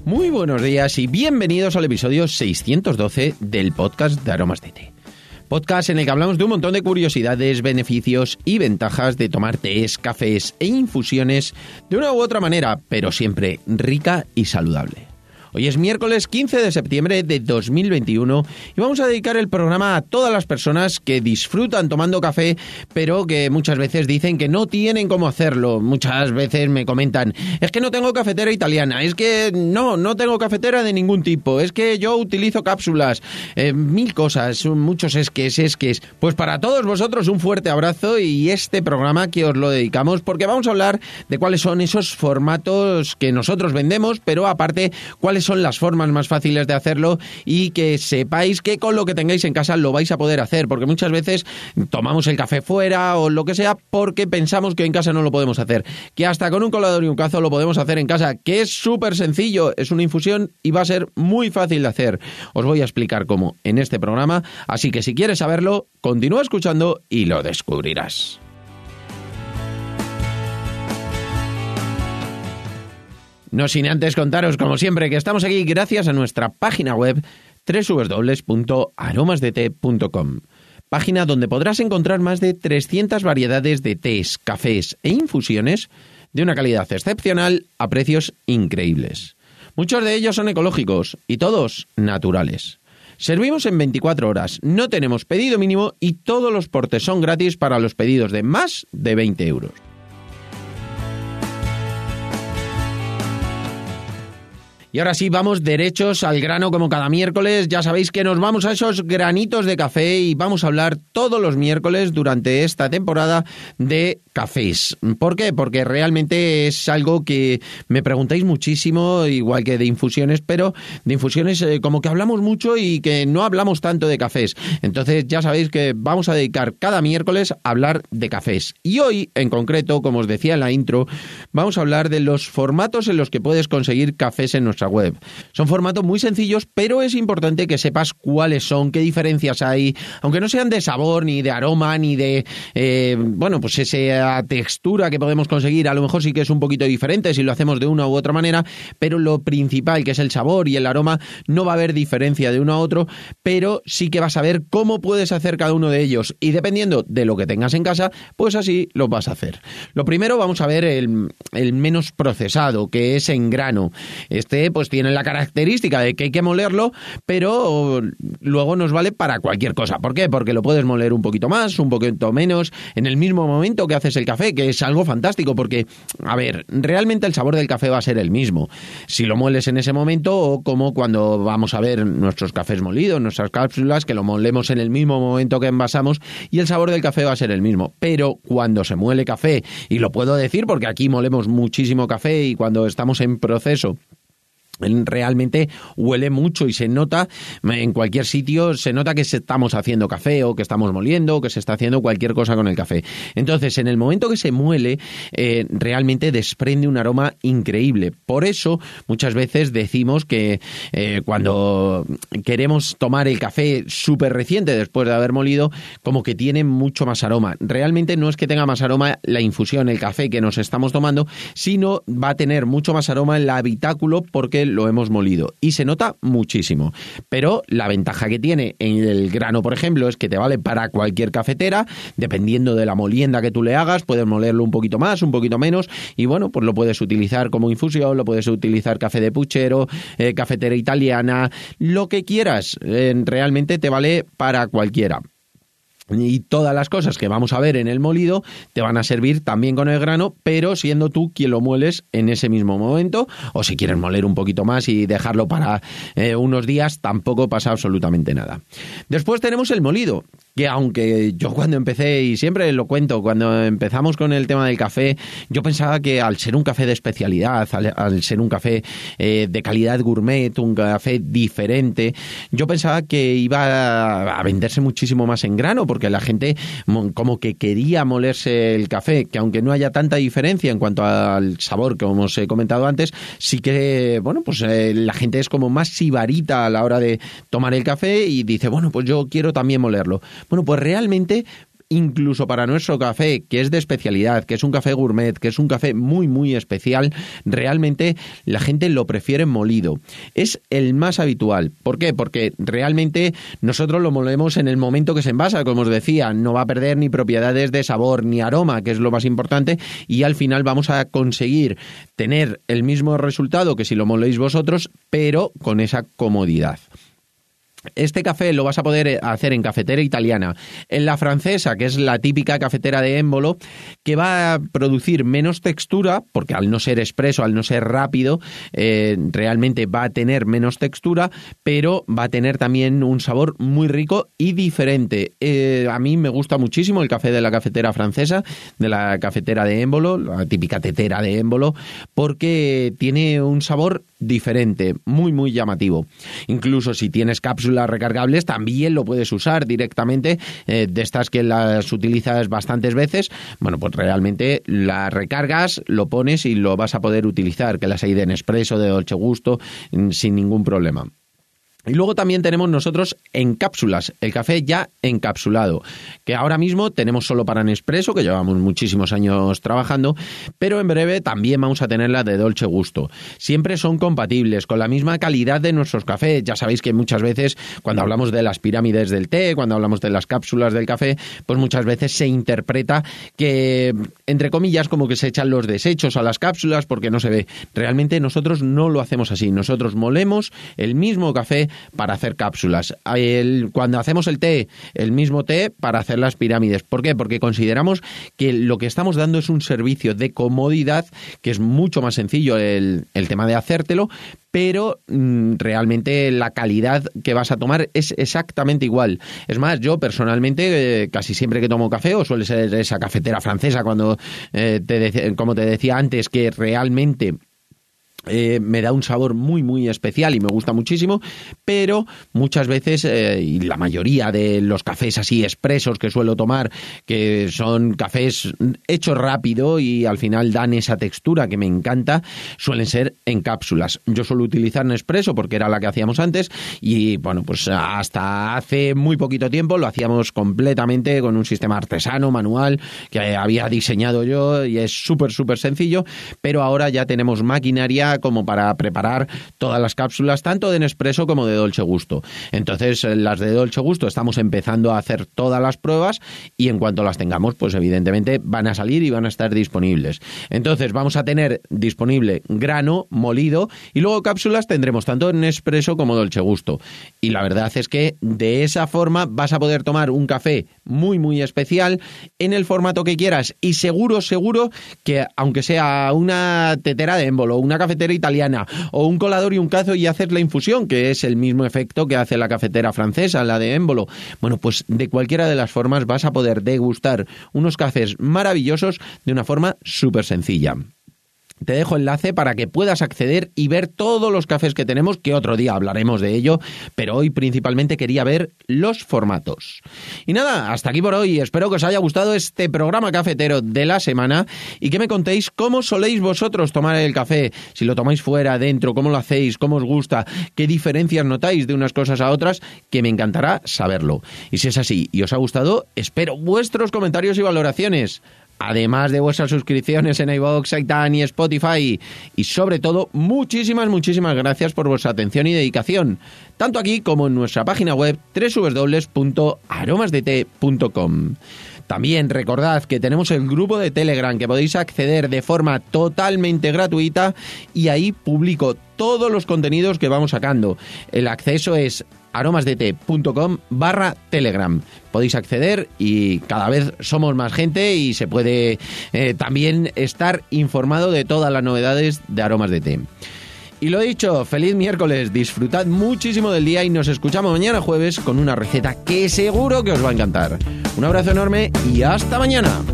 Muy buenos días y bienvenidos al episodio 612 del podcast de Aromas de Té. Podcast en el que hablamos de un montón de curiosidades, beneficios y ventajas de tomar tés, cafés e infusiones de una u otra manera, pero siempre rica y saludable. Hoy es miércoles 15 de septiembre de 2021 y vamos a dedicar el programa a todas las personas que disfrutan tomando café, pero que muchas veces dicen que no tienen cómo hacerlo. Muchas veces me comentan, es que no tengo cafetera italiana, es que no tengo cafetera de ningún tipo, es que yo utilizo cápsulas, mil cosas, muchos esques. Pues para todos vosotros un fuerte abrazo y este programa que os lo dedicamos porque vamos a hablar de cuáles son esos formatos que nosotros vendemos, pero aparte cuáles son las formas más fáciles de hacerlo y que sepáis que con lo que tengáis en casa lo vais a poder hacer, porque muchas veces tomamos el café fuera o lo que sea porque pensamos que en casa no lo podemos hacer, que hasta con un colador y un cazo lo podemos hacer en casa, que es súper sencillo, es una infusión y va a ser muy fácil de hacer. Os voy a explicar cómo en este programa, así que si quieres saberlo, continúa escuchando y lo descubrirás. No sin antes contaros, como siempre, que estamos aquí gracias a nuestra página web www.aromasdete.com, página donde podrás encontrar más de 300 variedades de tés, cafés e infusiones de una calidad excepcional a precios increíbles. Muchos de ellos son ecológicos y todos naturales. Servimos en 24 horas, no tenemos pedido mínimo y todos los portes son gratis para los pedidos de más de 20 euros. Y ahora sí, vamos derechos al grano como cada miércoles. Ya sabéis que nos vamos a esos granitos de café y vamos a hablar todos los miércoles durante esta temporada de cafés. ¿Por qué? Porque realmente es algo que me preguntáis muchísimo, igual que de infusiones, pero de infusiones como que hablamos mucho y que no hablamos tanto de cafés. Entonces ya sabéis que vamos a dedicar cada miércoles a hablar de cafés. Y hoy, en concreto, como os decía en la intro, vamos a hablar de los formatos en los que puedes conseguir cafés en nuestra web. Son formatos muy sencillos, pero es importante que sepas cuáles son, qué diferencias hay, aunque no sean de sabor, ni de aroma, ni de, pues esa textura que podemos conseguir, a lo mejor sí que es un poquito diferente si lo hacemos de una u otra manera, pero lo principal, que es el sabor y el aroma, no va a haber diferencia de uno a otro, pero sí que vas a ver cómo puedes hacer cada uno de ellos, y dependiendo de lo que tengas en casa, pues así lo vas a hacer. Lo primero, vamos a ver el menos procesado, que es en grano. Pues tiene la característica de que hay que molerlo, pero luego nos vale para cualquier cosa. ¿Por qué? Porque lo puedes moler un poquito más, un poquito menos, en el mismo momento que haces el café, que es algo fantástico, porque, a ver, realmente el sabor del café va a ser el mismo. Si lo mueles en ese momento, o como cuando vamos a ver nuestros cafés molidos, nuestras cápsulas, que lo molemos en el mismo momento que envasamos, y el sabor del café va a ser el mismo. Pero cuando se muele café, y lo puedo decir porque aquí molemos muchísimo café y cuando estamos en proceso, realmente huele mucho y se nota en cualquier sitio, se nota que estamos haciendo café o que estamos moliendo o que se está haciendo cualquier cosa con el café. Entonces, en el momento que se muele, realmente desprende un aroma increíble. Por eso, muchas veces decimos que cuando queremos tomar el café súper reciente después de haber molido, como que tiene mucho más aroma. Realmente no es que tenga más aroma la infusión, el café que nos estamos tomando, sino va a tener mucho más aroma el habitáculo porque lo hemos molido y se nota muchísimo. Pero la ventaja que tiene en el grano, por ejemplo, es que te vale para cualquier cafetera, dependiendo de la molienda que tú le hagas, puedes molerlo un poquito más, un poquito menos, y bueno, pues lo puedes utilizar como infusión, lo puedes utilizar café de puchero, cafetera italiana, lo que quieras, realmente te vale para cualquiera. Y todas las cosas que vamos a ver en el molido te van a servir también con el grano, pero siendo tú quien lo mueles en ese mismo momento, o si quieres moler un poquito más y dejarlo para unos días, tampoco pasa absolutamente nada. Después tenemos el molido, que aunque yo cuando empecé, y siempre lo cuento, cuando empezamos con el tema del café, yo pensaba que al ser un café de especialidad, al ser un café de calidad gourmet, un café diferente, yo pensaba que iba a venderse muchísimo más en grano, porque la gente como que quería molerse el café, que aunque no haya tanta diferencia en cuanto al sabor, como os he comentado antes, sí que, la gente es como más sibarita a la hora de tomar el café y dice, bueno, pues yo quiero también molerlo. Bueno, pues realmente incluso para nuestro café, que es de especialidad, que es un café gourmet, que es un café muy, muy especial, realmente la gente lo prefiere molido. Es el más habitual. ¿Por qué? Porque realmente nosotros lo molemos en el momento que se envasa, como os decía, no va a perder ni propiedades de sabor ni aroma, que es lo más importante, y al final vamos a conseguir tener el mismo resultado que si lo moléis vosotros, pero con esa comodidad. Este café lo vas a poder hacer en cafetera italiana, en la francesa, que es la típica cafetera de émbolo, que va a producir menos textura, porque al no ser expreso, al no ser rápido, realmente va a tener menos textura, pero va a tener también un sabor muy rico y diferente. A mí me gusta muchísimo el café de la cafetera francesa, de la cafetera de émbolo, la típica tetera de émbolo, porque tiene un sabor diferente, muy, muy llamativo. Incluso si tienes cápsulas recargables, también lo puedes usar directamente, de estas que las utilizas bastantes veces, bueno, pues realmente las recargas, lo pones y lo vas a poder utilizar, que las hay de Nespresso, de Dolce Gusto, sin ningún problema. Y luego también tenemos nosotros en cápsulas, el café ya encapsulado, que ahora mismo tenemos solo para Nespresso, que llevamos muchísimos años trabajando, pero en breve también vamos a tener la de Dolce Gusto. Siempre son compatibles, con la misma calidad de nuestros cafés. Ya sabéis que muchas veces, cuando hablamos de las pirámides del té, cuando hablamos de las cápsulas del café, pues muchas veces se interpreta que, entre comillas, como que se echan los desechos a las cápsulas porque no se ve. Realmente nosotros no lo hacemos así. Nosotros molemos el mismo café para hacer cápsulas. Cuando hacemos el té, el mismo té para hacer las pirámides. ¿Por qué? Porque consideramos que lo que estamos dando es un servicio de comodidad, que es mucho más sencillo el tema de hacértelo, pero realmente la calidad que vas a tomar es exactamente igual. Es más, yo personalmente casi siempre que tomo café, o suele ser esa cafetera francesa, cuando como te decía antes, que realmente me da un sabor muy, muy especial y me gusta muchísimo, pero muchas veces, y la mayoría de los cafés así expresos que suelo tomar, que son cafés hechos rápido y al final dan esa textura que me encanta, suelen ser en cápsulas. Yo suelo utilizar Nespresso porque era la que hacíamos antes y bueno, pues hasta hace muy poquito tiempo lo hacíamos completamente con un sistema artesano, manual, que había diseñado yo y es súper, súper sencillo, pero ahora ya tenemos maquinaria como para preparar todas las cápsulas, tanto de Nespresso como de Dolce Gusto. Entonces, las de Dolce Gusto estamos empezando a hacer todas las pruebas y en cuanto las tengamos, pues evidentemente van a salir y van a estar disponibles. Entonces, vamos a tener disponible grano, molido, y luego cápsulas tendremos tanto en Nespresso como Dolce Gusto. Y la verdad es que de esa forma vas a poder tomar un café muy, muy especial en el formato que quieras y seguro que aunque sea una tetera de émbolo, una cafetera italiana o un colador y un cazo y haces la infusión, que es el mismo efecto que hace la cafetera francesa, la de émbolo, bueno, pues de cualquiera de las formas vas a poder degustar unos cafés maravillosos de una forma súper sencilla. Te dejo enlace para que puedas acceder y ver todos los cafés que tenemos, que otro día hablaremos de ello, pero hoy principalmente quería ver los formatos. Y nada, hasta aquí por hoy. Espero que os haya gustado este programa cafetero de la semana y que me contéis cómo soléis vosotros tomar el café, si lo tomáis fuera, dentro, cómo lo hacéis, cómo os gusta, qué diferencias notáis de unas cosas a otras, que me encantará saberlo. Y si es así y os ha gustado, espero vuestros comentarios y valoraciones. Además de vuestras suscripciones en iVoox, iTunes y Spotify. Y sobre todo, muchísimas gracias por vuestra atención y dedicación, tanto aquí como en nuestra página web www.aromasdete.com. También recordad que tenemos el grupo de Telegram que podéis acceder de forma totalmente gratuita y ahí publico todos los contenidos que vamos sacando. El acceso es aromasdete.com/Telegram. Podéis acceder y cada vez somos más gente y se puede también estar informado de todas las novedades de Aromas de Té. Y lo dicho, feliz miércoles, disfrutad muchísimo del día y nos escuchamos mañana jueves con una receta que seguro que os va a encantar. Un abrazo enorme y hasta mañana.